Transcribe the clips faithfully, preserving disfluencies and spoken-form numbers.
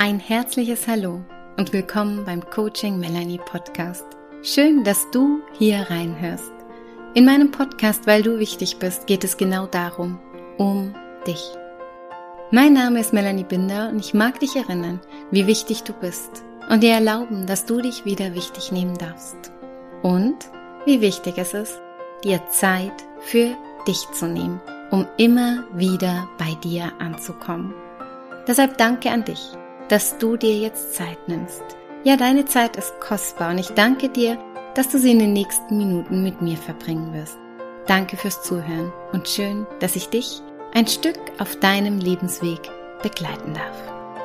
Ein herzliches Hallo und willkommen beim Coaching Melanie Podcast. Schön, dass du hier reinhörst. In meinem Podcast, weil du wichtig bist, geht es genau darum, um dich. Mein Name ist Melanie Binder und ich mag dich erinnern, wie wichtig du bist und dir erlauben, dass du dich wieder wichtig nehmen darfst. Und wie wichtig es ist, dir Zeit für dich zu nehmen, um immer wieder bei dir anzukommen. Deshalb danke an dich, dass du dir jetzt Zeit nimmst. Ja, deine Zeit ist kostbar und ich danke dir, dass du sie in den nächsten Minuten mit mir verbringen wirst. Danke fürs Zuhören und schön, dass ich dich ein Stück auf deinem Lebensweg begleiten darf.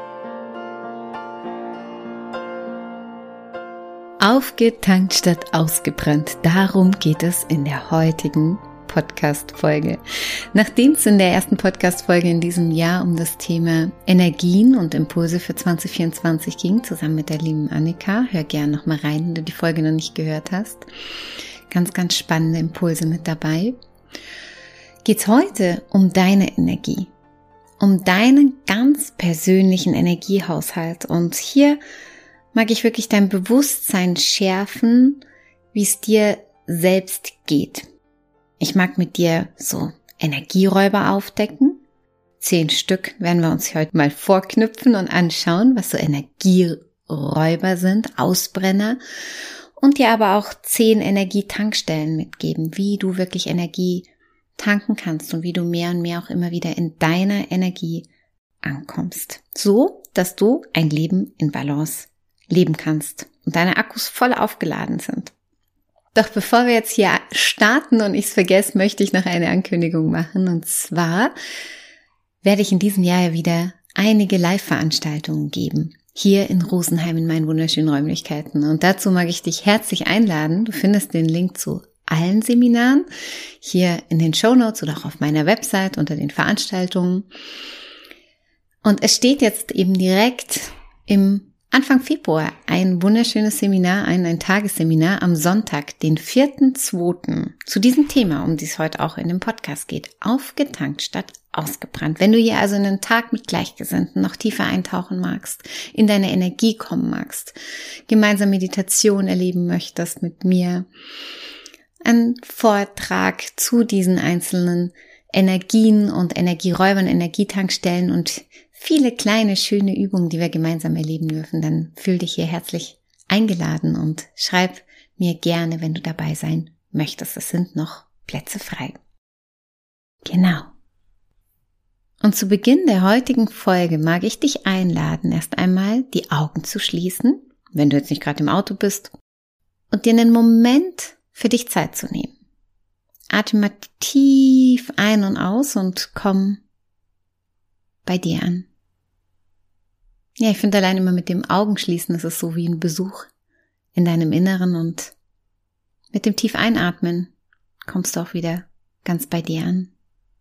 Aufgetankt statt ausgebrannt, darum geht es in der heutigen Podcast-Folge. Nachdem es in der ersten Podcast-Folge in diesem Jahr um das Thema Energien und Impulse für zwanzig vierundzwanzig ging, zusammen mit der lieben Annika, hör gerne nochmal rein, wenn du die Folge noch nicht gehört hast. Ganz, ganz spannende Impulse mit dabei. Geht's heute um deine Energie, um deinen ganz persönlichen Energiehaushalt. Und hier mag ich wirklich dein Bewusstsein schärfen, wie es dir selbst geht. Ich mag mit dir so Energieräuber aufdecken. Zehn Stück werden wir uns heute mal vorknüpfen und anschauen, was so Energieräuber sind, Ausbrenner. Und dir aber auch zehn Energietankstellen mitgeben, wie du wirklich Energie tanken kannst und wie du mehr und mehr auch immer wieder in deiner Energie ankommst. So, dass du ein Leben in Balance leben kannst und deine Akkus voll aufgeladen sind. Doch bevor wir jetzt hier starten und ich es vergesse, möchte ich noch eine Ankündigung machen. Und zwar werde ich in diesem Jahr ja wieder einige Live-Veranstaltungen geben. Hier in Rosenheim in meinen wunderschönen Räumlichkeiten. Und dazu mag ich dich herzlich einladen. Du findest den Link zu allen Seminaren hier in den Shownotes oder auch auf meiner Website unter den Veranstaltungen. Und es steht jetzt eben direkt im Anfang Februar ein wunderschönes Seminar, ein, ein Tagesseminar am Sonntag, den vierten zweiten zu diesem Thema, um die es heute auch in dem Podcast geht. Aufgetankt statt ausgebrannt. Wenn du hier also in einen Tag mit Gleichgesinnten noch tiefer eintauchen magst, in deine Energie kommen magst, gemeinsam Meditation erleben möchtest mit mir, einen Vortrag zu diesen einzelnen Energien und Energieräubern, Energietankstellen und viele kleine, schöne Übungen, die wir gemeinsam erleben dürfen, dann fühl dich hier herzlich eingeladen und schreib mir gerne, wenn du dabei sein möchtest. Es sind noch Plätze frei. Genau. Und zu Beginn der heutigen Folge mag ich dich einladen, erst einmal die Augen zu schließen, wenn du jetzt nicht gerade im Auto bist, und dir einen Moment für dich Zeit zu nehmen. Atme mal tief ein und aus und komm bei dir an. Ja, ich finde allein immer mit dem Augenschließen, das ist so wie ein Besuch in deinem Inneren und mit dem tief Einatmen kommst du auch wieder ganz bei dir an.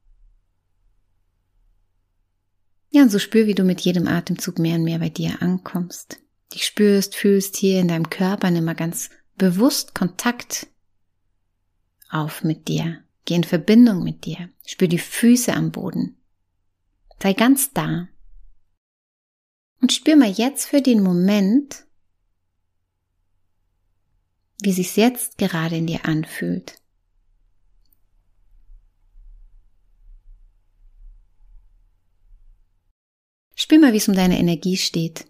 Ja, und so spür, wie du mit jedem Atemzug mehr und mehr bei dir ankommst. Dich spürst, fühlst hier in deinem Körper, nimm mal ganz bewusst Kontakt auf mit dir. Geh in Verbindung mit dir. Spür die Füße am Boden. Sei ganz da. Und spür mal jetzt für den Moment, wie sich's jetzt gerade in dir anfühlt. Spür mal, wie es um deine Energie steht.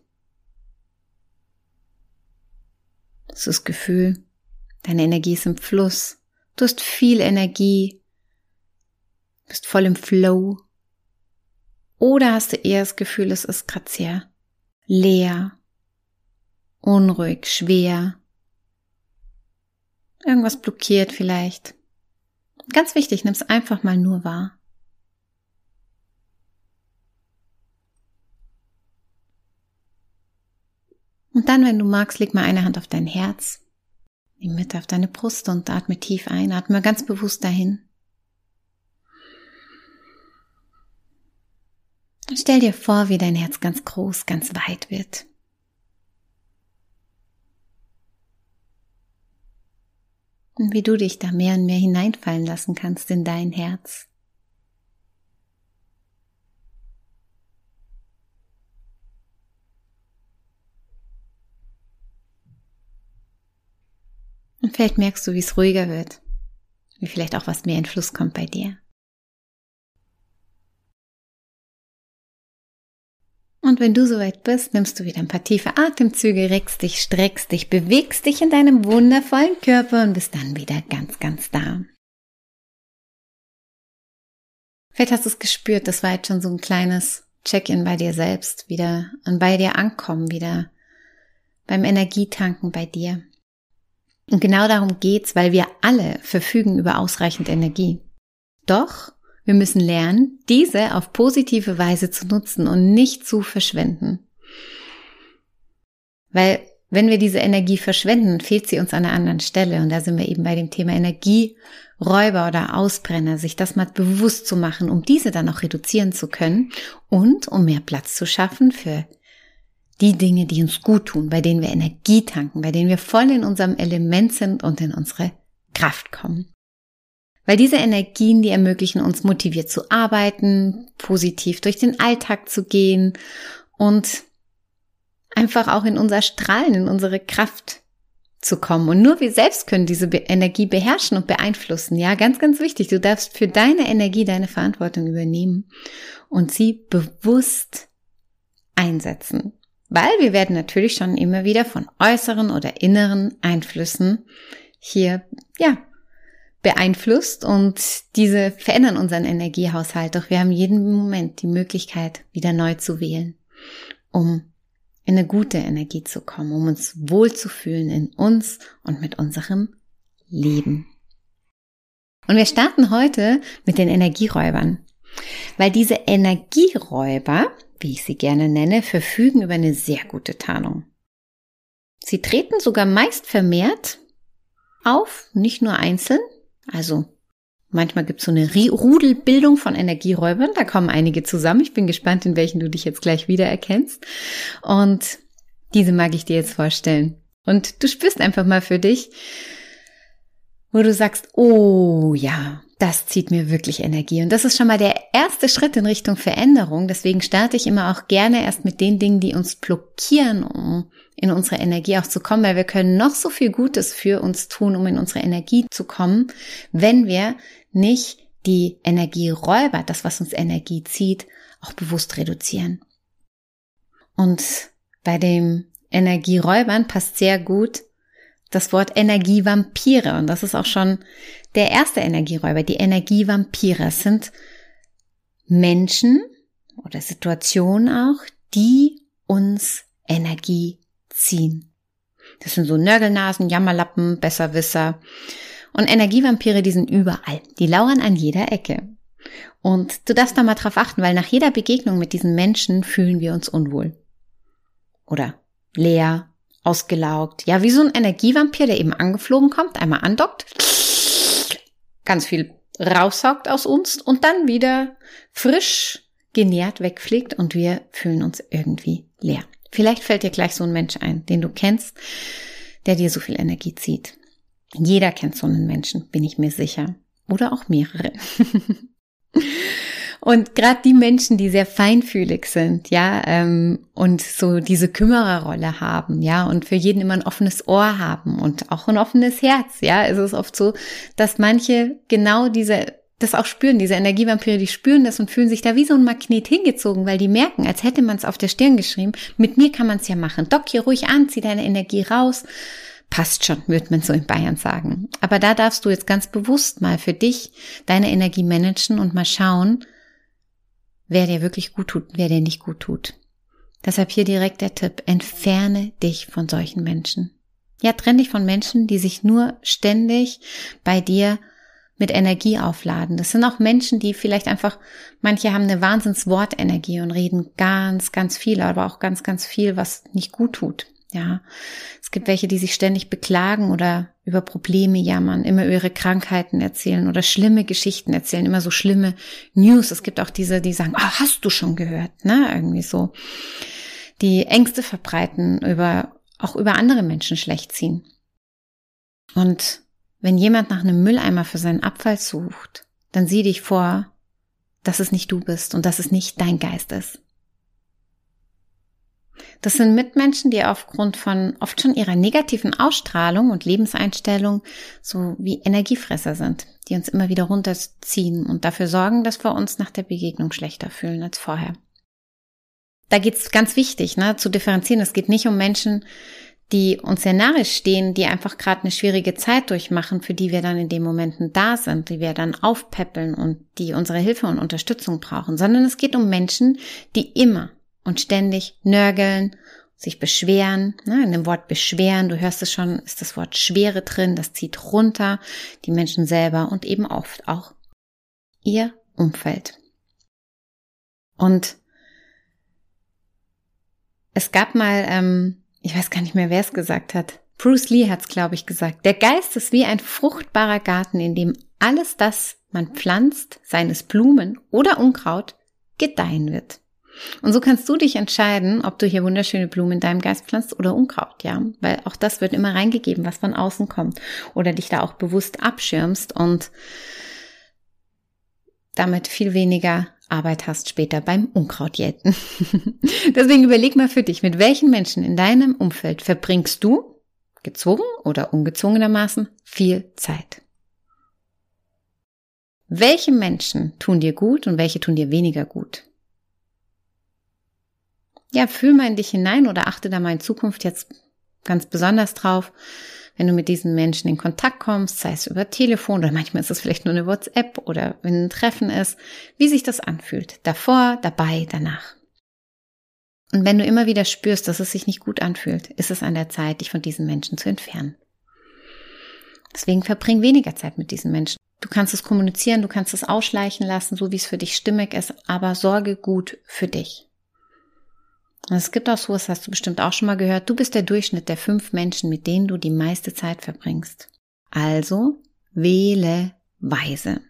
Das ist das Gefühl, deine Energie ist im Fluss. Du hast viel Energie, bist voll im Flow. Oder hast du eher das Gefühl, es ist gerade sehr leer, unruhig, schwer. Irgendwas blockiert vielleicht. Ganz wichtig, nimm es einfach mal nur wahr. Und dann, wenn du magst, leg mal eine Hand auf dein Herz, die Mitte auf deine Brust und atme tief ein, atme ganz bewusst dahin. Und stell dir vor, wie dein Herz ganz groß, ganz weit wird. Und wie du dich da mehr und mehr hineinfallen lassen kannst in dein Herz. Und vielleicht merkst du, wie es ruhiger wird, wie vielleicht auch was mehr in Fluss kommt bei dir. Und wenn du soweit bist, nimmst du wieder ein paar tiefe Atemzüge, reckst dich, streckst dich, bewegst dich in deinem wundervollen Körper und bist dann wieder ganz, ganz da. Vielleicht hast du es gespürt, das war jetzt schon so ein kleines Check-in bei dir selbst, wieder und bei dir ankommen, wieder beim Energietanken bei dir. Und genau darum geht's, weil wir alle verfügen über ausreichend Energie. Doch wir müssen lernen, diese auf positive Weise zu nutzen und nicht zu verschwenden. Weil wenn wir diese Energie verschwenden, fehlt sie uns an einer anderen Stelle. Und da sind wir eben bei dem Thema Energieräuber oder Ausbrenner, sich das mal bewusst zu machen, um diese dann auch reduzieren zu können und um mehr Platz zu schaffen für die Dinge, die uns gut tun, bei denen wir Energie tanken, bei denen wir voll in unserem Element sind und in unsere Kraft kommen. Weil diese Energien, die ermöglichen uns motiviert zu arbeiten, positiv durch den Alltag zu gehen und einfach auch in unser Strahlen, in unsere Kraft zu kommen. Und nur wir selbst können diese Be- Energie beherrschen und beeinflussen. Ja, ganz, ganz wichtig. Du darfst für deine Energie deine Verantwortung übernehmen und sie bewusst einsetzen. Weil wir werden natürlich schon immer wieder von äußeren oder inneren Einflüssen hier, ja, beeinflusst und diese verändern unseren Energiehaushalt. Doch wir haben jeden Moment die Möglichkeit, wieder neu zu wählen, um in eine gute Energie zu kommen, um uns wohlzufühlen in uns und mit unserem Leben. Und wir starten heute mit den Energieräubern, weil diese Energieräuber, wie ich sie gerne nenne, verfügen über eine sehr gute Tarnung. Sie treten sogar meist vermehrt auf, nicht nur einzeln, also manchmal gibt es so eine Rudelbildung von Energieräubern, da kommen einige zusammen. Ich bin gespannt, in welchen du dich jetzt gleich wiedererkennst. Und diese mag ich dir jetzt vorstellen. Und du spürst einfach mal für dich, wo du sagst, oh ja, das zieht mir wirklich Energie. Und das ist schon mal der erste Schritt in Richtung Veränderung. Deswegen starte ich immer auch gerne erst mit den Dingen, die uns blockieren, um in unsere Energie auch zu kommen, weil wir können noch so viel Gutes für uns tun, um in unsere Energie zu kommen, wenn wir nicht die Energieräuber, das, was uns Energie zieht, auch bewusst reduzieren. Und bei den Energieräubern passt sehr gut das Wort Energievampire. Und das ist auch schon der erste Energieräuber. Die Energievampire. Es sind Menschen oder Situationen auch, die uns Energie ziehen. Das sind so Nörgelnasen, Jammerlappen, Besserwisser. Und Energievampire, die sind überall. Die lauern an jeder Ecke. Und du darfst da mal drauf achten, weil nach jeder Begegnung mit diesen Menschen fühlen wir uns unwohl. Oder leer, ausgelaugt. Ja, wie so ein Energievampir, der eben angeflogen kommt, einmal andockt, ganz viel raussaugt aus uns und dann wieder frisch genährt wegfliegt und wir fühlen uns irgendwie leer. Vielleicht fällt dir gleich so ein Mensch ein, den du kennst, der dir so viel Energie zieht. Jeder kennt so einen Menschen, bin ich mir sicher. Oder auch mehrere. Und gerade die Menschen, die sehr feinfühlig sind, ja, ähm, und so diese Kümmererrolle haben, ja, und für jeden immer ein offenes Ohr haben und auch ein offenes Herz, ja, es ist oft so, dass manche genau diese, das auch spüren, diese Energievampire, die spüren das und fühlen sich da wie so ein Magnet hingezogen, weil die merken, als hätte man es auf der Stirn geschrieben, mit mir kann man es ja machen, dock hier ruhig an, zieh deine Energie raus, passt schon, würde man so in Bayern sagen. Aber da darfst du jetzt ganz bewusst mal für dich deine Energie managen und mal schauen, wer dir wirklich gut tut, wer dir nicht gut tut. Deshalb hier direkt der Tipp, entferne dich von solchen Menschen. Ja, trenn dich von Menschen, die sich nur ständig bei dir mit Energie aufladen. Das sind auch Menschen, die vielleicht einfach, manche haben eine Wahnsinns-Wortenergie und reden ganz, ganz viel, aber auch ganz, ganz viel, was nicht gut tut. Ja, es gibt welche, die sich ständig beklagen oder über Probleme jammern, immer über ihre Krankheiten erzählen oder schlimme Geschichten erzählen, immer so schlimme News. Es gibt auch diese, die sagen, ah, hast du schon gehört, ne, irgendwie so. Die Ängste verbreiten, über, auch über andere Menschen schlecht ziehen. Und wenn jemand nach einem Mülleimer für seinen Abfall sucht, dann sieh dich vor, dass es nicht du bist und dass es nicht dein Geist ist. Das sind Mitmenschen, die aufgrund von oft schon ihrer negativen Ausstrahlung und Lebenseinstellung so wie Energiefresser sind, die uns immer wieder runterziehen und dafür sorgen, dass wir uns nach der Begegnung schlechter fühlen als vorher. Da geht es ganz wichtig, ne, zu differenzieren. Es geht nicht um Menschen, die uns sehr nahe stehen, die einfach gerade eine schwierige Zeit durchmachen, für die wir dann in den Momenten da sind, die wir dann aufpäppeln und die unsere Hilfe und Unterstützung brauchen, sondern es geht um Menschen, die immer und ständig nörgeln, sich beschweren, ne, in dem Wort beschweren, du hörst es schon, ist das Wort Schwere drin, das zieht runter, die Menschen selber und eben oft auch ihr Umfeld. Und es gab mal, ähm, ich weiß gar nicht mehr, wer es gesagt hat, Bruce Lee hat es, glaube ich, gesagt, der Geist ist wie ein fruchtbarer Garten, in dem alles das man pflanzt, seien es Blumen oder Unkraut, gedeihen wird. Und so kannst du dich entscheiden, ob du hier wunderschöne Blumen in deinem Geist pflanzt oder Unkraut, ja, weil auch das wird immer reingegeben, was von außen kommt, oder dich da auch bewusst abschirmst und damit viel weniger Arbeit hast später beim Unkrautjäten. Deswegen überleg mal für dich, mit welchen Menschen in deinem Umfeld verbringst du, gezwungen oder ungezwungenermaßen, viel Zeit? Welche Menschen tun dir gut und welche tun dir weniger gut? Ja, fühl mal in dich hinein oder achte da mal in Zukunft jetzt ganz besonders drauf, wenn du mit diesen Menschen in Kontakt kommst, sei es über Telefon oder manchmal ist es vielleicht nur eine WhatsApp oder wenn ein Treffen ist, wie sich das anfühlt. Davor, dabei, danach. Und wenn du immer wieder spürst, dass es sich nicht gut anfühlt, ist es an der Zeit, dich von diesen Menschen zu entfernen. Deswegen verbring weniger Zeit mit diesen Menschen. Du kannst es kommunizieren, du kannst es ausschleichen lassen, so wie es für dich stimmig ist, aber sorge gut für dich. Und es gibt auch so, das hast du bestimmt auch schon mal gehört, du bist der Durchschnitt der fünf Menschen, mit denen du die meiste Zeit verbringst. Also wähle weise.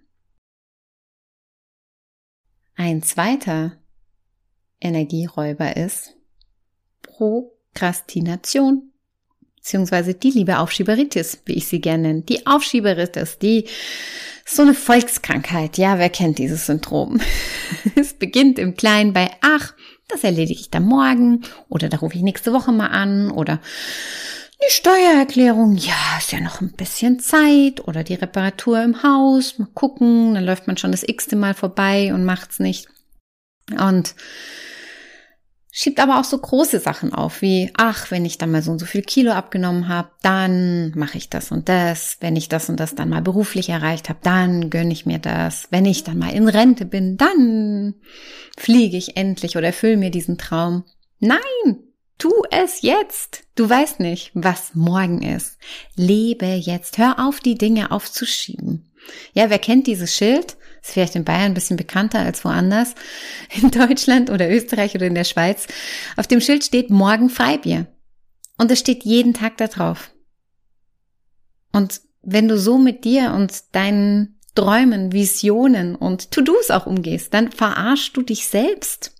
Ein zweiter Energieräuber ist Prokrastination, beziehungsweise die liebe Aufschieberitis, wie ich sie gerne nenne. Die Aufschieberitis, die ist so eine Volkskrankheit. Ja, wer kennt dieses Syndrom? Es beginnt im Kleinen bei, ach, das erledige ich dann morgen oder da rufe ich nächste Woche mal an oder die Steuererklärung, ja, ist ja noch ein bisschen Zeit oder die Reparatur im Haus, mal gucken, dann läuft man schon das x-te Mal vorbei und macht's nicht. Und schiebt aber auch so große Sachen auf, wie, ach, wenn ich dann mal so und so viel Kilo abgenommen habe, dann mache ich das und das. Wenn ich das und das dann mal beruflich erreicht habe, dann gönne ich mir das. Wenn ich dann mal in Rente bin, dann fliege ich endlich oder erfülle mir diesen Traum. Nein, tu es jetzt. Du weißt nicht, was morgen ist. Lebe jetzt. Hör auf, die Dinge aufzuschieben. Ja, wer kennt dieses Schild? Ist vielleicht in Bayern ein bisschen bekannter als woanders, in Deutschland oder Österreich oder in der Schweiz. Auf dem Schild steht morgen Freibier. Und es steht jeden Tag da drauf. Und wenn du so mit dir und deinen Träumen, Visionen und To-Dos auch umgehst, dann verarschst du dich selbst.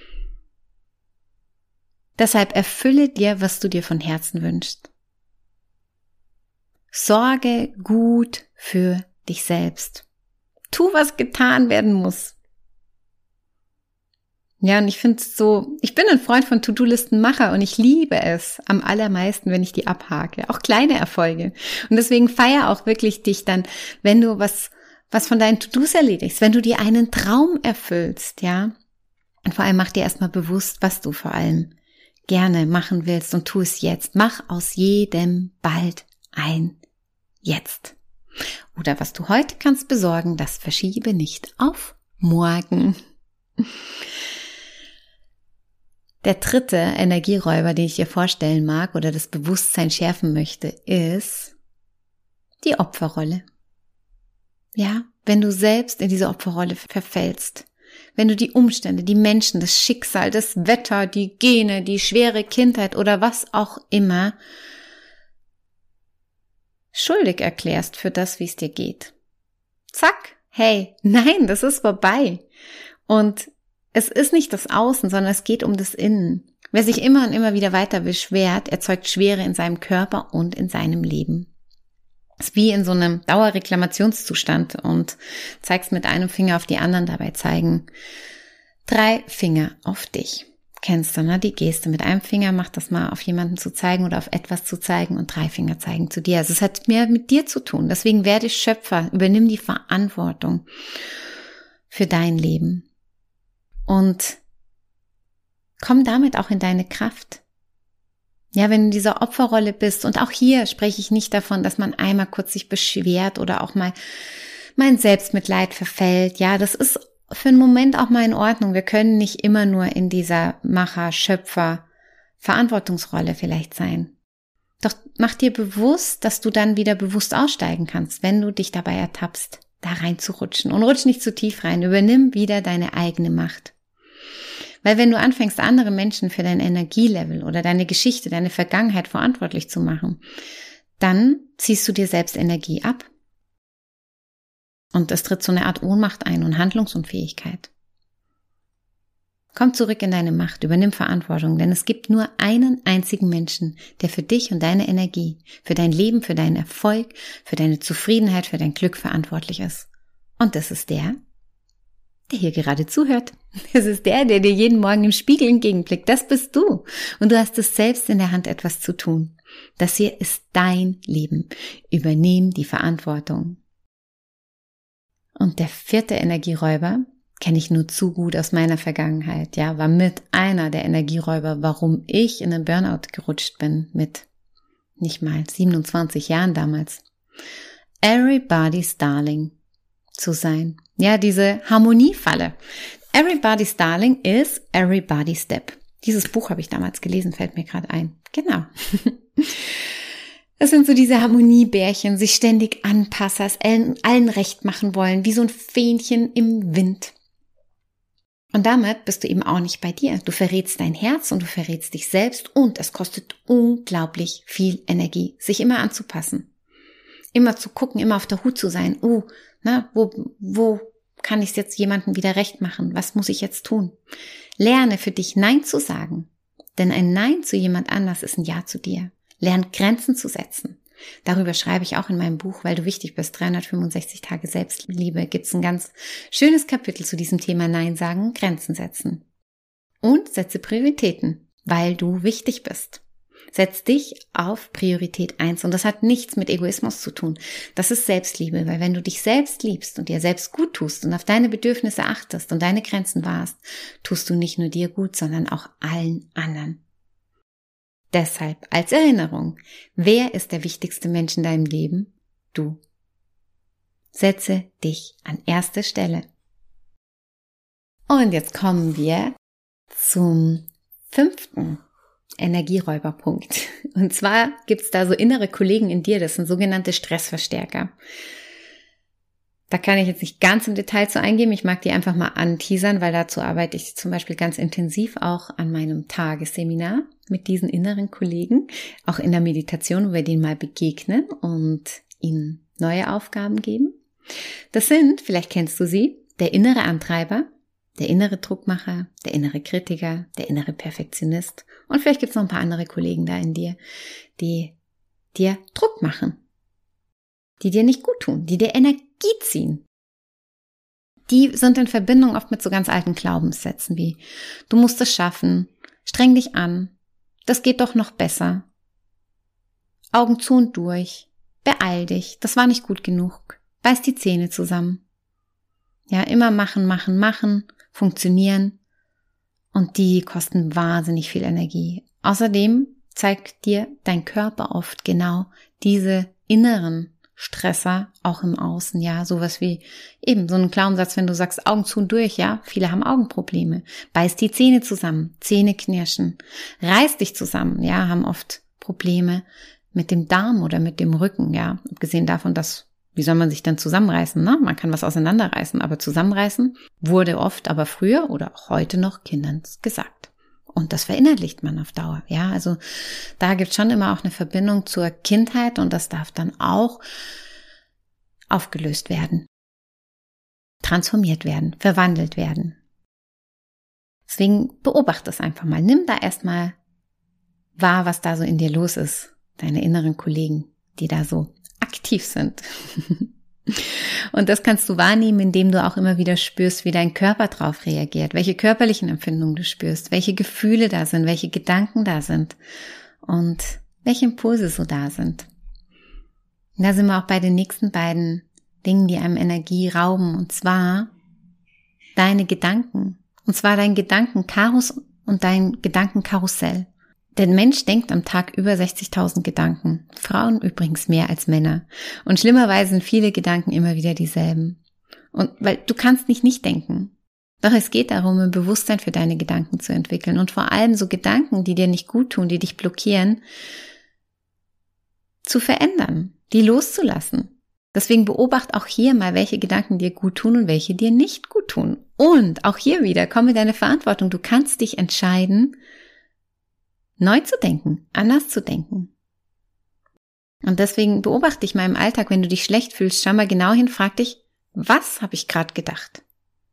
Deshalb erfülle dir, was du dir von Herzen wünschst. Sorge gut für dich selbst. Tu, was getan werden muss. Ja, und ich finde es so, ich bin ein Freund von To-Do-Listenmacher und ich liebe es am allermeisten, wenn ich die abhake. Auch kleine Erfolge. Und deswegen feier auch wirklich dich dann, wenn du was, was von deinen To-Dos erledigst, wenn du dir einen Traum erfüllst, ja. Und vor allem mach dir erstmal bewusst, was du vor allem gerne machen willst und tu es jetzt. Mach aus jedem bald ein Jetzt. Oder was du heute kannst besorgen, das verschiebe nicht auf morgen. Der dritte Energieräuber, den ich dir vorstellen mag oder das Bewusstsein schärfen möchte, ist die Opferrolle. Ja, wenn du selbst in diese Opferrolle verfällst, wenn du die Umstände, die Menschen, das Schicksal, das Wetter, die Gene, die schwere Kindheit oder was auch immer schuldig erklärst für das, wie es dir geht. Zack, hey, nein, das ist vorbei. Und es ist nicht das Außen, sondern es geht um das Innen. Wer sich immer und immer wieder weiter beschwert, erzeugt Schwere in seinem Körper und in seinem Leben. Es ist wie in so einem Dauerreklamationszustand und zeigst mit einem Finger auf die anderen, dabei zeigen drei Finger auf dich. kennst du, ne? Die Geste mit einem Finger, mach das mal auf jemanden zu zeigen oder auf etwas zu zeigen und drei Finger zeigen zu dir. Also es hat mehr mit dir zu tun. Deswegen werde Schöpfer, übernimm die Verantwortung für dein Leben und komm damit auch in deine Kraft. Ja, wenn du in dieser Opferrolle bist, und auch hier spreche ich nicht davon, dass man einmal kurz sich beschwert oder auch mal mein Selbstmitleid verfällt. Ja, das ist für einen Moment auch mal in Ordnung. Wir können nicht immer nur in dieser Macher-, Schöpfer-, Verantwortungsrolle vielleicht sein. Doch mach dir bewusst, dass du dann wieder bewusst aussteigen kannst, wenn du dich dabei ertappst, da reinzurutschen. Und rutsch nicht zu tief rein. Übernimm wieder deine eigene Macht. Weil wenn du anfängst, andere Menschen für dein Energielevel oder deine Geschichte, deine Vergangenheit verantwortlich zu machen, dann ziehst du dir selbst Energie ab. Und es tritt so eine Art Ohnmacht ein und Handlungsunfähigkeit. Komm zurück in deine Macht, übernimm Verantwortung, denn es gibt nur einen einzigen Menschen, der für dich und deine Energie, für dein Leben, für deinen Erfolg, für deine Zufriedenheit, für dein Glück verantwortlich ist. Und das ist der, der hier gerade zuhört. Es ist der, der dir jeden Morgen im Spiegel entgegenblickt. Das bist du. Und du hast es selbst in der Hand, etwas zu tun. Das hier ist dein Leben. Übernimm die Verantwortung. Und der vierte Energieräuber kenne ich nur zu gut aus meiner Vergangenheit. Ja, war mit einer der Energieräuber, warum ich in den Burnout gerutscht bin mit nicht mal siebenundzwanzig Jahren damals. Everybody's Darling zu sein. Ja, diese Harmoniefalle. Everybody's Darling is Everybody's Step. Dieses Buch habe ich damals gelesen, fällt mir gerade ein. Genau. Das sind so diese Harmoniebärchen, sich ständig anpassen, es allen, allen recht machen wollen, wie so ein Fähnchen im Wind. Und damit bist du eben auch nicht bei dir. Du verrätst dein Herz und du verrätst dich selbst und es kostet unglaublich viel Energie, sich immer anzupassen. Immer zu gucken, immer auf der Hut zu sein. Oh, na, wo, wo kann ich es jetzt jemandem wieder recht machen? Was muss ich jetzt tun? Lerne für dich Nein zu sagen. Denn ein Nein zu jemand anders ist ein Ja zu dir. Lern Grenzen zu setzen. Darüber schreibe ich auch in meinem Buch, weil du wichtig bist, dreihundertfünfundsechzig Tage Selbstliebe, gibt es ein ganz schönes Kapitel zu diesem Thema Nein sagen, Grenzen setzen. Und setze Prioritäten, weil du wichtig bist. Setz dich auf Priorität eins und das hat nichts mit Egoismus zu tun. Das ist Selbstliebe, weil wenn du dich selbst liebst und dir selbst gut tust und auf deine Bedürfnisse achtest und deine Grenzen wahrst, tust du nicht nur dir gut, sondern auch allen anderen. Deshalb als Erinnerung, wer ist der wichtigste Mensch in deinem Leben? Du. Setze dich an erste Stelle. Und jetzt kommen wir zum fünften Energieräuberpunkt. Und zwar gibt es da so innere Kollegen in dir, das sind sogenannte Stressverstärker. Da kann ich jetzt nicht ganz im Detail zu eingehen, ich mag die einfach mal anteasern, weil dazu arbeite ich zum Beispiel ganz intensiv auch an meinem Tagesseminar mit diesen inneren Kollegen, auch in der Meditation, wo wir denen mal begegnen und ihnen neue Aufgaben geben. Das sind, vielleicht kennst du sie, der innere Antreiber, der innere Druckmacher, der innere Kritiker, der innere Perfektionist und vielleicht gibt es noch ein paar andere Kollegen da in dir, die dir Druck machen, die dir nicht gut tun, die dir Energie ziehen. Die sind in Verbindung oft mit so ganz alten Glaubenssätzen wie du musst es schaffen, streng dich an, das geht doch noch besser, Augen zu und durch, beeil dich, das war nicht gut genug, beiß die Zähne zusammen. Ja, immer machen, machen, machen, funktionieren und die kosten wahnsinnig viel Energie. Außerdem zeigt dir dein Körper oft genau diese inneren Stresser auch im Außen, ja, sowas wie eben so ein Glaubenssatz, wenn du sagst Augen zu und durch, ja, viele haben Augenprobleme, beiß die Zähne zusammen, Zähne knirschen, reiß dich zusammen, ja, haben oft Probleme mit dem Darm oder mit dem Rücken, ja, abgesehen davon, dass, wie soll man sich dann zusammenreißen, ne, man kann was auseinanderreißen, aber zusammenreißen wurde oft, aber früher oder auch heute noch Kindern gesagt. Und das verinnerlicht man auf Dauer, ja, also da gibt es schon immer auch eine Verbindung zur Kindheit und das darf dann auch aufgelöst werden, transformiert werden, verwandelt werden. Deswegen beobachte es einfach mal, nimm da erstmal wahr, was da so in dir los ist, deine inneren Kollegen, die da so aktiv sind. Und das kannst du wahrnehmen, indem du auch immer wieder spürst, wie dein Körper drauf reagiert, welche körperlichen Empfindungen du spürst, welche Gefühle da sind, welche Gedanken da sind und welche Impulse so da sind. Und da sind wir auch bei den nächsten beiden Dingen, die einem Energie rauben, und zwar deine Gedanken. Und zwar dein Gedankenchaos und dein Gedankenkarussell. Der Mensch denkt am Tag über sechzigtausend Gedanken. Frauen übrigens mehr als Männer. Und schlimmerweise sind viele Gedanken immer wieder dieselben. Und weil du kannst nicht nicht denken. Doch es geht darum, ein Bewusstsein für deine Gedanken zu entwickeln. Und vor allem so Gedanken, die dir nicht gut tun, die dich blockieren, zu verändern, die loszulassen. Deswegen beobacht auch hier mal, welche Gedanken dir gut tun und welche dir nicht gut tun. Und auch hier wieder, komm mit deiner Verantwortung. Du kannst dich entscheiden, neu zu denken, anders zu denken. Und deswegen beobachte dich mal im Alltag, wenn du dich schlecht fühlst, schau mal genau hin, frag dich, was habe ich gerade gedacht?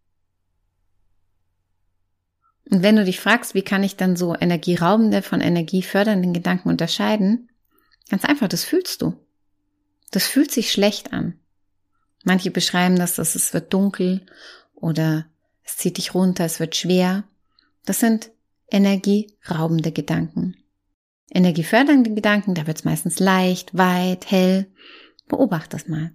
Und wenn du dich fragst, wie kann ich dann so energieraubende von energiefördernden Gedanken unterscheiden? Ganz einfach, das fühlst du. Das fühlt sich schlecht an. Manche beschreiben das, dass es wird dunkel oder es zieht dich runter, es wird schwer. Das sind energieraubende Gedanken. Energiefördernde Gedanken, da wird es meistens leicht, weit, hell. Beobachte das mal.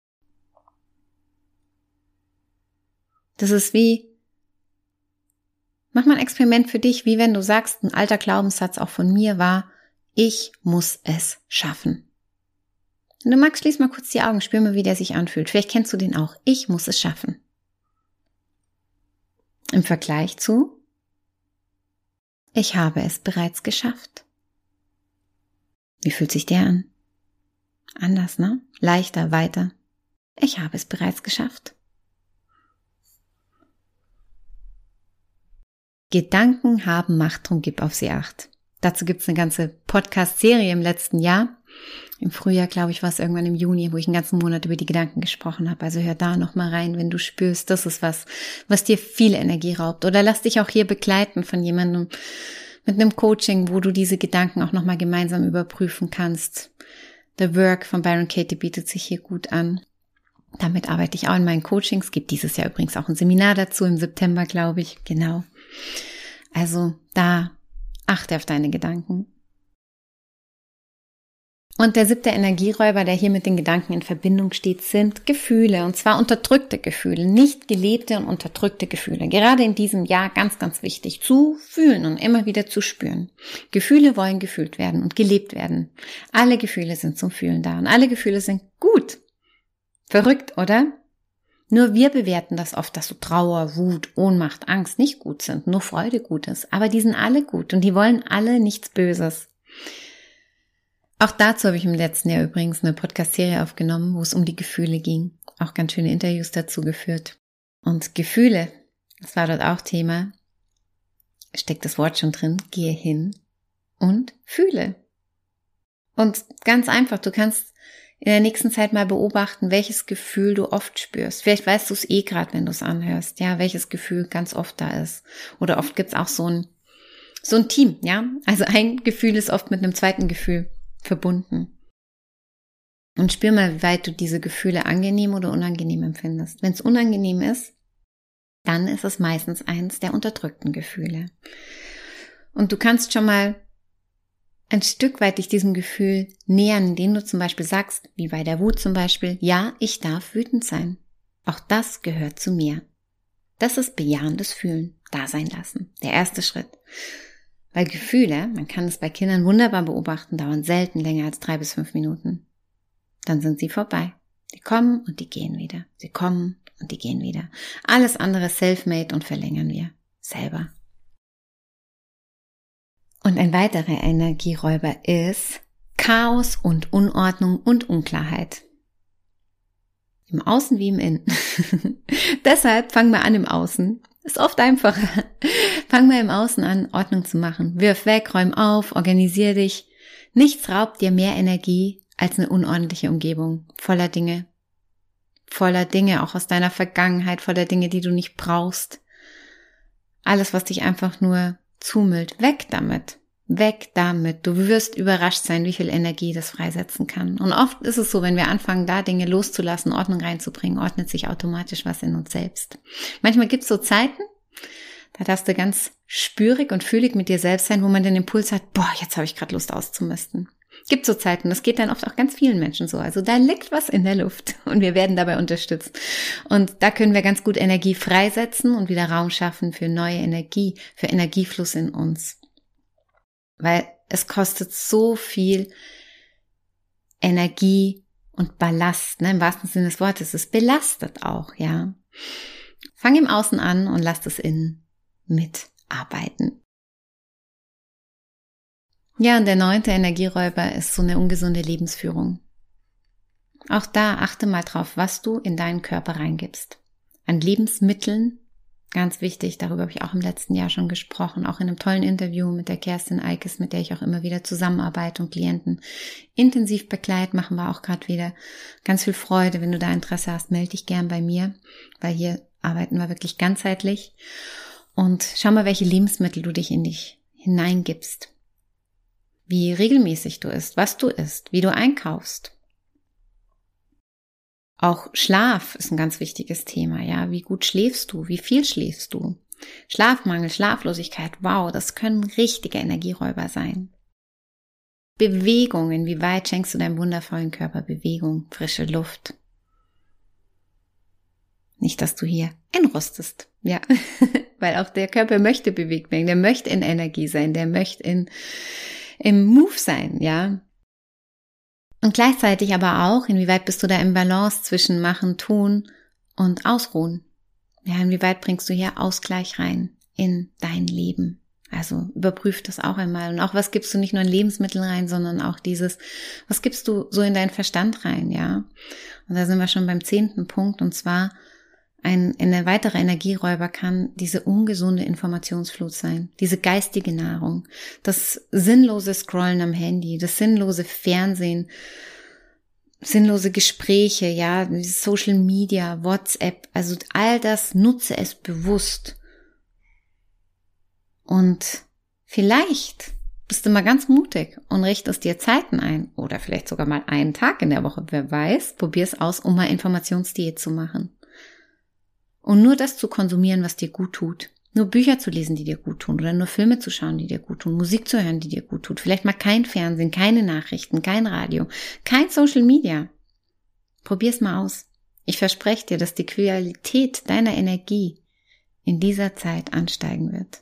Das ist wie, mach mal ein Experiment für dich, wie wenn du sagst, ein alter Glaubenssatz auch von mir war, ich muss es schaffen. Wenn du magst, schließ mal kurz die Augen, spür mal, wie der sich anfühlt. Vielleicht kennst du den auch. Ich muss es schaffen. Im Vergleich zu ich habe es bereits geschafft. Wie fühlt sich der an? Anders, ne? Leichter, weiter. Ich habe es bereits geschafft. Gedanken haben Macht, drum gib auf sie Acht. Dazu gibt es eine ganze Podcast-Serie im letzten Jahr. Im Frühjahr, glaube ich, war es irgendwann im Juni, wo ich einen ganzen Monat über die Gedanken gesprochen habe. Also hör da nochmal rein, wenn du spürst, das ist was, was dir viel Energie raubt. Oder lass dich auch hier begleiten von jemandem mit einem Coaching, wo du diese Gedanken auch nochmal gemeinsam überprüfen kannst. The Work von Byron Katie bietet sich hier gut an. Damit arbeite ich auch in meinen Coachings. Es gibt dieses Jahr übrigens auch ein Seminar dazu, im September, glaube ich. Genau. Also da achte auf deine Gedanken. Und der siebte Energieräuber, der hier mit den Gedanken in Verbindung steht, sind Gefühle. Und zwar unterdrückte Gefühle, nicht gelebte und unterdrückte Gefühle. Gerade in diesem Jahr ganz, ganz wichtig, zu fühlen und immer wieder zu spüren. Gefühle wollen gefühlt werden und gelebt werden. Alle Gefühle sind zum Fühlen da und alle Gefühle sind gut. Verrückt, oder? Nur wir bewerten das oft, dass so Trauer, Wut, Ohnmacht, Angst nicht gut sind, nur Freude gut ist. Aber die sind alle gut und die wollen alle nichts Böses. Auch dazu habe ich im letzten Jahr übrigens eine Podcast-Serie aufgenommen, wo es um die Gefühle ging. Auch ganz schöne Interviews dazu geführt. Und Gefühle, das war dort auch Thema, steckt das Wort schon drin, gehe hin und fühle. Und ganz einfach, du kannst in der nächsten Zeit mal beobachten, welches Gefühl du oft spürst. Vielleicht weißt du es eh gerade, wenn du es anhörst, ja, welches Gefühl ganz oft da ist. Oder oft gibt es auch so ein, so ein Team, ja. Also ein Gefühl ist oft mit einem zweiten Gefühl verbunden. Und spür mal, wie weit du diese Gefühle angenehm oder unangenehm empfindest. Wenn es unangenehm ist, dann ist es meistens eins der unterdrückten Gefühle. Und du kannst schon mal ein Stück weit dich diesem Gefühl nähern, indem du zum Beispiel sagst, wie bei der Wut zum Beispiel, ja, ich darf wütend sein. Auch das gehört zu mir. Das ist bejahendes Fühlen, da sein lassen. Der erste Schritt. Weil Gefühle, man kann es bei Kindern wunderbar beobachten, dauern selten länger als drei bis fünf Minuten. Dann sind sie vorbei. Die kommen und die gehen wieder. Sie kommen und die gehen wieder. Alles andere self-made und verlängern wir selber. Und ein weiterer Energieräuber ist Chaos und Unordnung und Unklarheit. Im Außen wie im Innen. Deshalb fangen wir an im Außen. Ist oft einfacher. Fang mal im Außen an, Ordnung zu machen. Wirf weg, räum auf, organisier dich. Nichts raubt dir mehr Energie als eine unordentliche Umgebung. Voller Dinge. Voller Dinge, auch aus deiner Vergangenheit, voller Dinge, die du nicht brauchst. Alles, was dich einfach nur zumüllt. Weg damit. Weg damit. Du wirst überrascht sein, wie viel Energie das freisetzen kann. Und oft ist es so, wenn wir anfangen, da Dinge loszulassen, Ordnung reinzubringen, ordnet sich automatisch was in uns selbst. Manchmal gibt es so Zeiten, da darfst du ganz spürig und fühlig mit dir selbst sein, wo man den Impuls hat, boah, jetzt habe ich gerade Lust auszumisten. Gibt so Zeiten, das geht dann oft auch ganz vielen Menschen so. Also da liegt was in der Luft und wir werden dabei unterstützt. Und da können wir ganz gut Energie freisetzen und wieder Raum schaffen für neue Energie, für Energiefluss in uns. Weil es kostet so viel Energie und Ballast, ne, im wahrsten Sinne des Wortes. Es belastet auch, ja. Fang im Außen an und lass das Innen mitarbeiten. Ja, und der neunte Energieräuber ist so eine ungesunde Lebensführung. Auch da achte mal drauf, was du in deinen Körper reingibst. An Lebensmitteln, ganz wichtig, darüber habe ich auch im letzten Jahr schon gesprochen, auch in einem tollen Interview mit der Kerstin Eikes, mit der ich auch immer wieder zusammenarbeite und Klienten intensiv begleite, machen wir auch gerade wieder. Ganz viel Freude, wenn du da Interesse hast, melde dich gern bei mir, weil hier arbeiten wir wirklich ganzheitlich. Und schau mal, welche Lebensmittel du dich in dich hineingibst, wie regelmäßig du isst, was du isst, wie du einkaufst. Auch Schlaf ist ein ganz wichtiges Thema, ja. Wie gut schläfst du? Wie viel schläfst du? Schlafmangel, Schlaflosigkeit, wow, das können richtige Energieräuber sein. Bewegung, inwieweit schenkst du deinem wundervollen Körper Bewegung, frische Luft? Nicht, dass du hier einrostest, ja. Weil auch der Körper möchte bewegt werden, der möchte in Energie sein, der möchte in, im Move sein, ja. Und gleichzeitig aber auch, inwieweit bist du da im Balance zwischen Machen, Tun und Ausruhen? Ja, inwieweit bringst du hier Ausgleich rein in dein Leben? Also überprüf das auch einmal. Und auch, was gibst du nicht nur in Lebensmittel rein, sondern auch dieses, was gibst du so in deinen Verstand rein, ja? Und da sind wir schon beim zehnten Punkt, und zwar ein, eine weitere Energieräuber kann diese ungesunde Informationsflut sein, diese geistige Nahrung, das sinnlose Scrollen am Handy, das sinnlose Fernsehen, sinnlose Gespräche, ja, Social Media, WhatsApp, also all das, nutze es bewusst. Und vielleicht bist du mal ganz mutig und richtest dir Zeiten ein oder vielleicht sogar mal einen Tag in der Woche, wer weiß, probier es aus, um mal Informationsdiät zu machen. Und nur das zu konsumieren, was dir gut tut. Nur Bücher zu lesen, die dir gut tun. Oder nur Filme zu schauen, die dir gut tun. Musik zu hören, die dir gut tut. Vielleicht mal kein Fernsehen, keine Nachrichten, kein Radio, kein Social Media. Probier's mal aus. Ich verspreche dir, dass die Qualität deiner Energie in dieser Zeit ansteigen wird.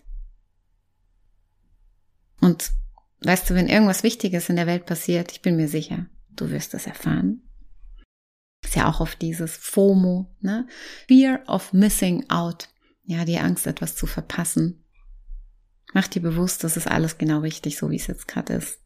Und weißt du, wenn irgendwas Wichtiges in der Welt passiert, ich bin mir sicher, du wirst es erfahren. Ist ja auch oft dieses FOMO, ne? Fear of missing out. Ja, die Angst, etwas zu verpassen. Mach dir bewusst, das ist alles genau richtig, so wie es jetzt gerade ist.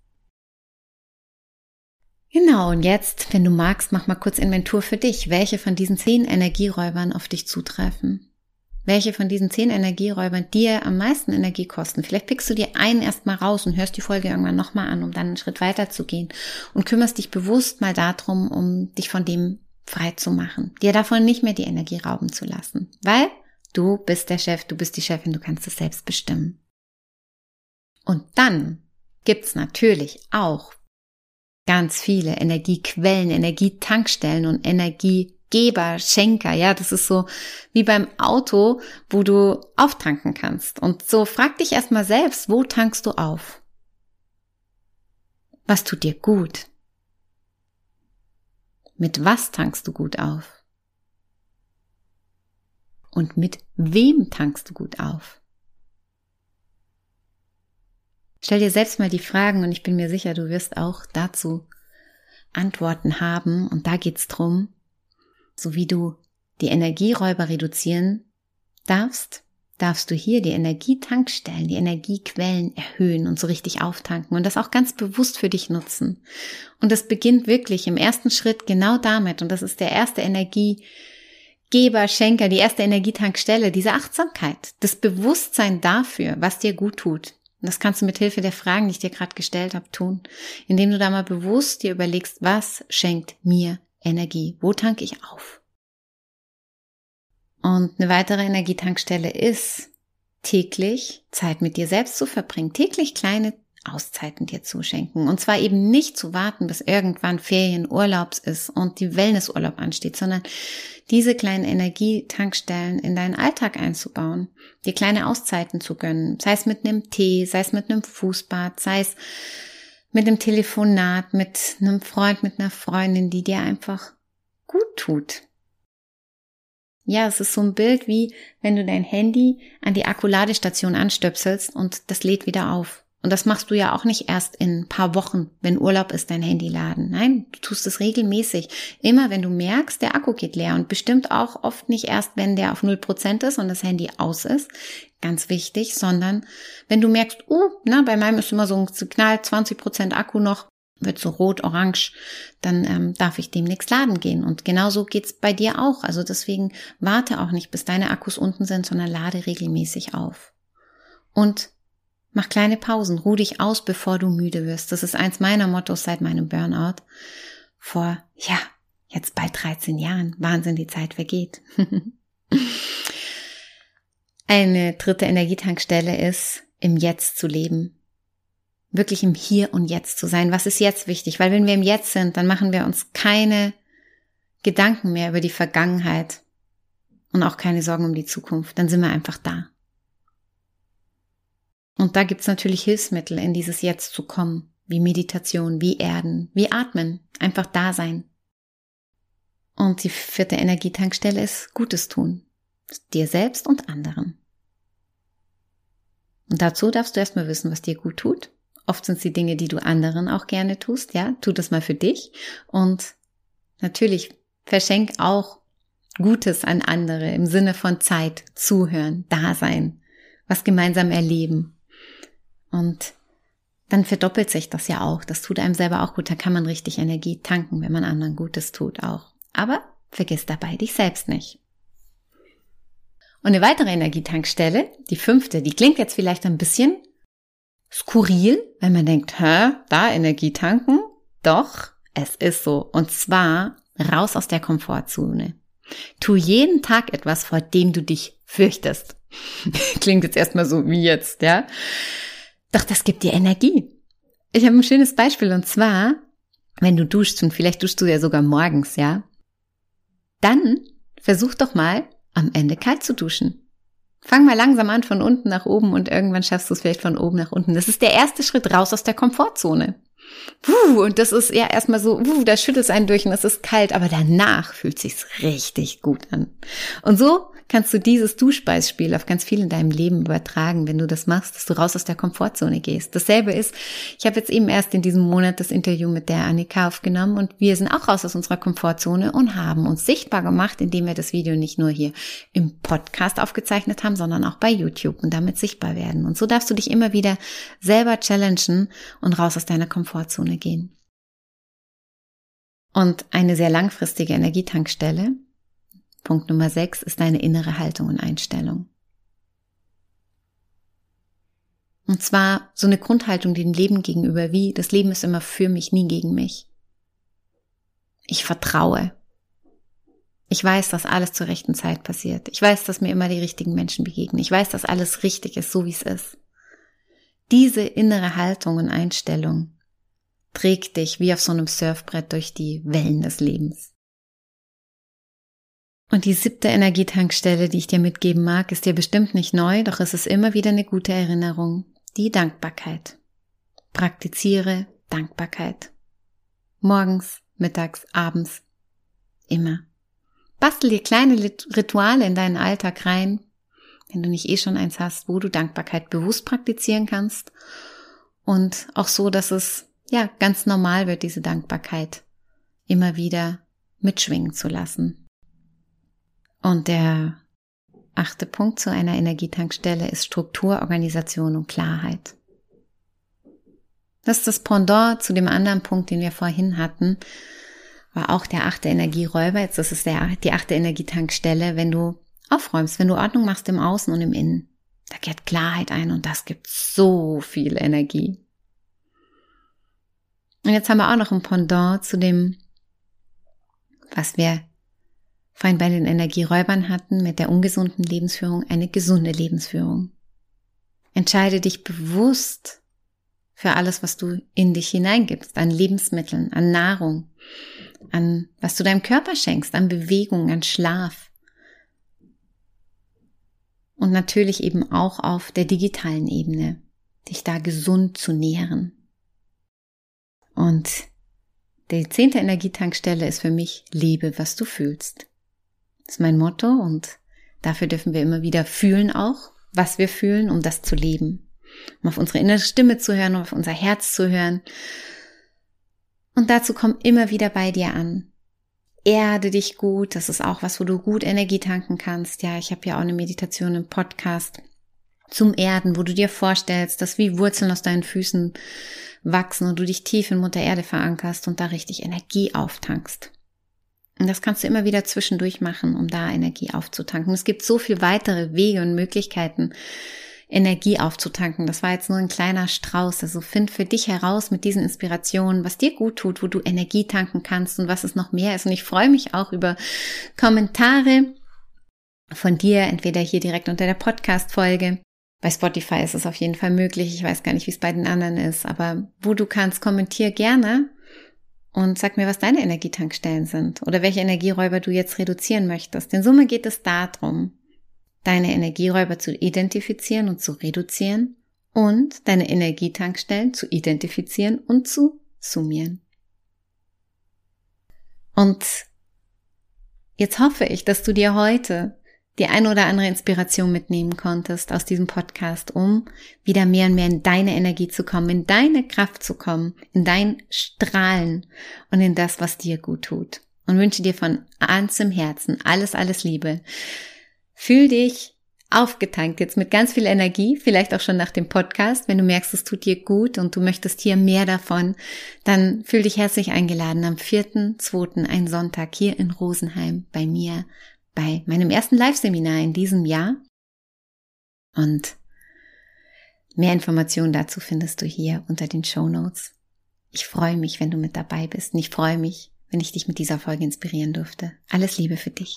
Genau, und jetzt, wenn du magst, mach mal kurz Inventur für dich. Welche von diesen zehn Energieräubern auf dich zutreffen? Welche von diesen zehn Energieräubern dir am meisten Energie kosten? Vielleicht pickst du dir einen erstmal raus und hörst die Folge irgendwann nochmal an, um dann einen Schritt weiter zu gehen. Und kümmerst dich bewusst mal darum, um dich von dem frei zu machen. Dir davon nicht mehr die Energie rauben zu lassen. Weil du bist der Chef, du bist die Chefin, du kannst es selbst bestimmen. Und dann gibt's natürlich auch ganz viele Energiequellen, Energietankstellen und Energiegeber, Schenker. Ja, das ist so wie beim Auto, wo du auftanken kannst. Und so frag dich erstmal selbst, wo tankst du auf? Was tut dir gut? Mit was tankst du gut auf? Und mit wem tankst du gut auf? Stell dir selbst mal die Fragen und ich bin mir sicher, du wirst auch dazu Antworten haben. Und da geht's drum, so wie du die Energieräuber reduzieren darfst, darfst du hier die Energietankstellen, die Energiequellen erhöhen und so richtig auftanken und das auch ganz bewusst für dich nutzen. Und das beginnt wirklich im ersten Schritt genau damit, und das ist der erste Energiegeber, Schenker, die erste Energietankstelle, diese Achtsamkeit, das Bewusstsein dafür, was dir gut tut. Und das kannst du mit Hilfe der Fragen, die ich dir gerade gestellt habe, tun, indem du da mal bewusst dir überlegst, was schenkt mir Energie? Wo tanke ich auf? Und eine weitere Energietankstelle ist, täglich Zeit mit dir selbst zu verbringen. Täglich kleine Auszeiten dir zuschenken. Und zwar eben nicht zu warten, bis irgendwann Ferien, Urlaubs ist und die Wellnessurlaub ansteht, sondern diese kleinen Energietankstellen in deinen Alltag einzubauen, dir kleine Auszeiten zu gönnen, sei es mit einem Tee, sei es mit einem Fußbad, sei es mit einem Telefonat, mit einem Freund, mit einer Freundin, die dir einfach gut tut. Ja, es ist so ein Bild wie, wenn du dein Handy an die Akkuladestation anstöpselst und das lädt wieder auf. Und das machst du ja auch nicht erst in ein paar Wochen, wenn Urlaub ist, dein Handy laden. Nein, du tust es regelmäßig. Immer wenn du merkst, der Akku geht leer und bestimmt auch oft nicht erst, wenn der auf null Prozent ist und das Handy aus ist. Ganz wichtig, sondern wenn du merkst, oh, na, bei meinem ist immer so ein Signal, zwanzig Prozent Akku noch, wird so rot, orange, dann ähm, darf ich demnächst laden gehen. Und genauso geht's bei dir auch. Also deswegen warte auch nicht, bis deine Akkus unten sind, sondern lade regelmäßig auf. Und mach kleine Pausen, ruh dich aus, bevor du müde wirst. Das ist eins meiner Mottos seit meinem Burnout. Vor, ja, jetzt bald dreizehn Jahren. Wahnsinn, die Zeit vergeht. Eine dritte Energietankstelle ist, im Jetzt zu leben. Wirklich im Hier und Jetzt zu sein. Was ist jetzt wichtig? Weil wenn wir im Jetzt sind, dann machen wir uns keine Gedanken mehr über die Vergangenheit und auch keine Sorgen um die Zukunft. Dann sind wir einfach da. Und da gibt's natürlich Hilfsmittel, in dieses Jetzt zu kommen, wie Meditation, wie Erden, wie Atmen, einfach da sein. Und die vierte Energietankstelle ist Gutes tun, dir selbst und anderen. Und dazu darfst du erstmal wissen, was dir gut tut. Oft sind es die Dinge, die du anderen auch gerne tust, ja, tu das mal für dich. Und natürlich verschenk auch Gutes an andere im Sinne von Zeit, zuhören, da sein, was gemeinsam erleben. Und dann verdoppelt sich das ja auch. Das tut einem selber auch gut. Da kann man richtig Energie tanken, wenn man anderen Gutes tut auch. Aber vergiss dabei dich selbst nicht. Und eine weitere Energietankstelle, die fünfte, die klingt jetzt vielleicht ein bisschen skurril, wenn man denkt, hä, da Energie tanken? Doch, es ist so. Und zwar raus aus der Komfortzone. Tu jeden Tag etwas, vor dem du dich fürchtest. Klingt jetzt erstmal so wie jetzt, ja? Doch das gibt dir Energie. Ich habe ein schönes Beispiel und zwar, wenn du duschst und vielleicht duschst du ja sogar morgens, ja? Dann versuch doch mal am Ende kalt zu duschen. Fang mal langsam an von unten nach oben und irgendwann schaffst du es vielleicht von oben nach unten. Das ist der erste Schritt raus aus der Komfortzone. Puh, und das ist ja erstmal so, puh, da schüttelt es einen durch und es ist kalt, aber danach fühlt es sich richtig gut an. Und so kannst du dieses Duschbeispiel auf ganz viel in deinem Leben übertragen, wenn du das machst, dass du raus aus der Komfortzone gehst. Dasselbe ist, ich habe jetzt eben erst in diesem Monat das Interview mit der Annika aufgenommen und wir sind auch raus aus unserer Komfortzone und haben uns sichtbar gemacht, indem wir das Video nicht nur hier im Podcast aufgezeichnet haben, sondern auch bei YouTube und damit sichtbar werden. Und so darfst du dich immer wieder selber challengen und raus aus deiner Komfortzone gehen. Und eine sehr langfristige Energietankstelle, Punkt Nummer sechs, ist deine innere Haltung und Einstellung. Und zwar so eine Grundhaltung dem Leben gegenüber, wie das Leben ist immer für mich, nie gegen mich. Ich vertraue. Ich weiß, dass alles zur rechten Zeit passiert. Ich weiß, dass mir immer die richtigen Menschen begegnen. Ich weiß, dass alles richtig ist, so wie es ist. Diese innere Haltung und Einstellung trägt dich wie auf so einem Surfbrett durch die Wellen des Lebens. Und die siebte Energietankstelle, die ich dir mitgeben mag, ist dir bestimmt nicht neu, doch es ist immer wieder eine gute Erinnerung. Die Dankbarkeit. Praktiziere Dankbarkeit. Morgens, mittags, abends. Immer. Bastel dir kleine Rituale in deinen Alltag rein, wenn du nicht eh schon eins hast, wo du Dankbarkeit bewusst praktizieren kannst. Und auch so, dass es ja ganz normal wird, diese Dankbarkeit immer wieder mitschwingen zu lassen. Und der achte Punkt zu einer Energietankstelle ist Struktur, Organisation und Klarheit. Das ist das Pendant zu dem anderen Punkt, den wir vorhin hatten, war auch der achte Energieräuber. Jetzt ist es der, die achte Energietankstelle, wenn du aufräumst, wenn du Ordnung machst im Außen und im Innen. Da kehrt Klarheit ein und das gibt so viel Energie. Und jetzt haben wir auch noch ein Pendant zu dem, was wir vorhin bei den Energieräubern hatten, mit der ungesunden Lebensführung, eine gesunde Lebensführung. Entscheide dich bewusst für alles, was du in dich hineingibst, an Lebensmitteln, an Nahrung, an was du deinem Körper schenkst, an Bewegung, an Schlaf. Und natürlich eben auch auf der digitalen Ebene, dich da gesund zu nähren. Und die zehnte Energietankstelle ist für mich, lebe, was du fühlst. Das ist mein Motto und dafür dürfen wir immer wieder fühlen auch, was wir fühlen, um das zu leben. Um auf unsere innere Stimme zu hören, um auf unser Herz zu hören. Und dazu komm immer wieder bei dir an. Erde dich gut, das ist auch was, wo du gut Energie tanken kannst. Ja, ich habe ja auch eine Meditation im Podcast zum Erden, wo du dir vorstellst, dass wie Wurzeln aus deinen Füßen wachsen und du dich tief in Mutter Erde verankerst und da richtig Energie auftankst. Und das kannst du immer wieder zwischendurch machen, um da Energie aufzutanken. Es gibt so viele weitere Wege und Möglichkeiten, Energie aufzutanken. Das war jetzt nur ein kleiner Strauß. Also find für dich heraus mit diesen Inspirationen, was dir gut tut, wo du Energie tanken kannst und was es noch mehr ist. Und ich freue mich auch über Kommentare von dir, entweder hier direkt unter der Podcast-Folge. Bei Spotify ist es auf jeden Fall möglich. Ich weiß gar nicht, wie es bei den anderen ist. Aber wo du kannst, kommentier gerne und sag mir, was deine Energietankstellen sind oder welche Energieräuber du jetzt reduzieren möchtest. In Summe geht es darum, deine Energieräuber zu identifizieren und zu reduzieren und deine Energietankstellen zu identifizieren und zu summieren. Und jetzt hoffe ich, dass du dir heute die ein oder andere Inspiration mitnehmen konntest aus diesem Podcast, um wieder mehr und mehr in deine Energie zu kommen, in deine Kraft zu kommen, in dein Strahlen und in das, was dir gut tut. Und wünsche dir von ganzem Herzen alles, alles Liebe. Fühl dich aufgetankt jetzt mit ganz viel Energie, vielleicht auch schon nach dem Podcast. Wenn du merkst, es tut dir gut und du möchtest hier mehr davon, dann fühl dich herzlich eingeladen am vierten zweiten, ein Sonntag hier in Rosenheim bei mir, bei meinem ersten Live-Seminar in diesem Jahr. Und mehr Informationen dazu findest du hier unter den Shownotes. Ich freue mich, wenn du mit dabei bist und ich freue mich, wenn ich dich mit dieser Folge inspirieren durfte. Alles Liebe für dich.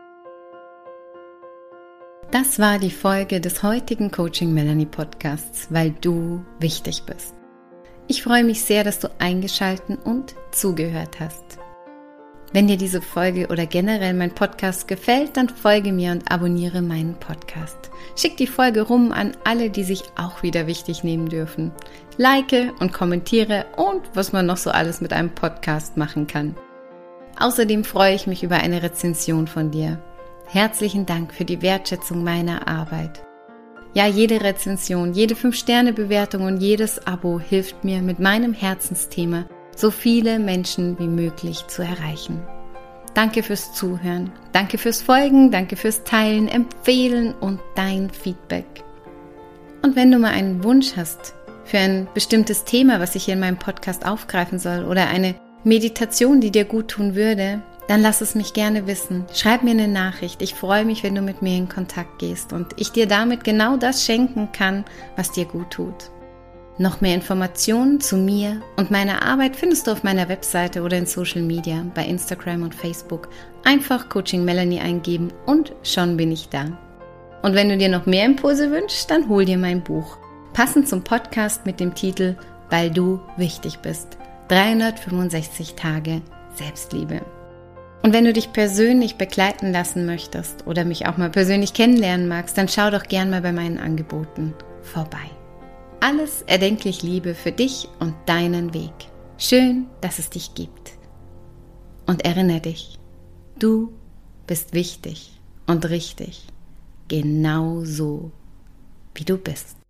Das war die Folge des heutigen Coaching Melanie Podcasts, weil du wichtig bist. Ich freue mich sehr, dass du eingeschaltet und zugehört hast. Wenn dir diese Folge oder generell mein Podcast gefällt, dann folge mir und abonniere meinen Podcast. Schick die Folge rum an alle, die sich auch wieder wichtig nehmen dürfen. Like und kommentiere und was man noch so alles mit einem Podcast machen kann. Außerdem freue ich mich über eine Rezension von dir. Herzlichen Dank für die Wertschätzung meiner Arbeit. Ja, jede Rezension, jede fünf Sterne Bewertung und jedes Abo hilft mir, mit meinem Herzensthema so viele Menschen wie möglich zu erreichen. Danke fürs Zuhören, danke fürs Folgen, danke fürs Teilen, Empfehlen und dein Feedback. Und wenn du mal einen Wunsch hast für ein bestimmtes Thema, was ich hier in meinem Podcast aufgreifen soll oder eine Meditation, die dir gut tun würde, dann lass es mich gerne wissen. Schreib mir eine Nachricht. Ich freue mich, wenn du mit mir in Kontakt gehst und ich dir damit genau das schenken kann, was dir gut tut. Noch mehr Informationen zu mir und meiner Arbeit findest du auf meiner Webseite oder in Social Media, bei Instagram und Facebook. Einfach Coaching Melanie eingeben und schon bin ich da. Und wenn du dir noch mehr Impulse wünschst, dann hol dir mein Buch. Passend zum Podcast mit dem Titel Weil du wichtig bist. dreihundertfünfundsechzig Tage Selbstliebe. Und wenn du dich persönlich begleiten lassen möchtest oder mich auch mal persönlich kennenlernen magst, dann schau doch gern mal bei meinen Angeboten vorbei. Alles erdenklich Liebe für dich und deinen Weg. Schön, dass es dich gibt. Und erinnere dich, du bist wichtig und richtig, genau so, wie du bist.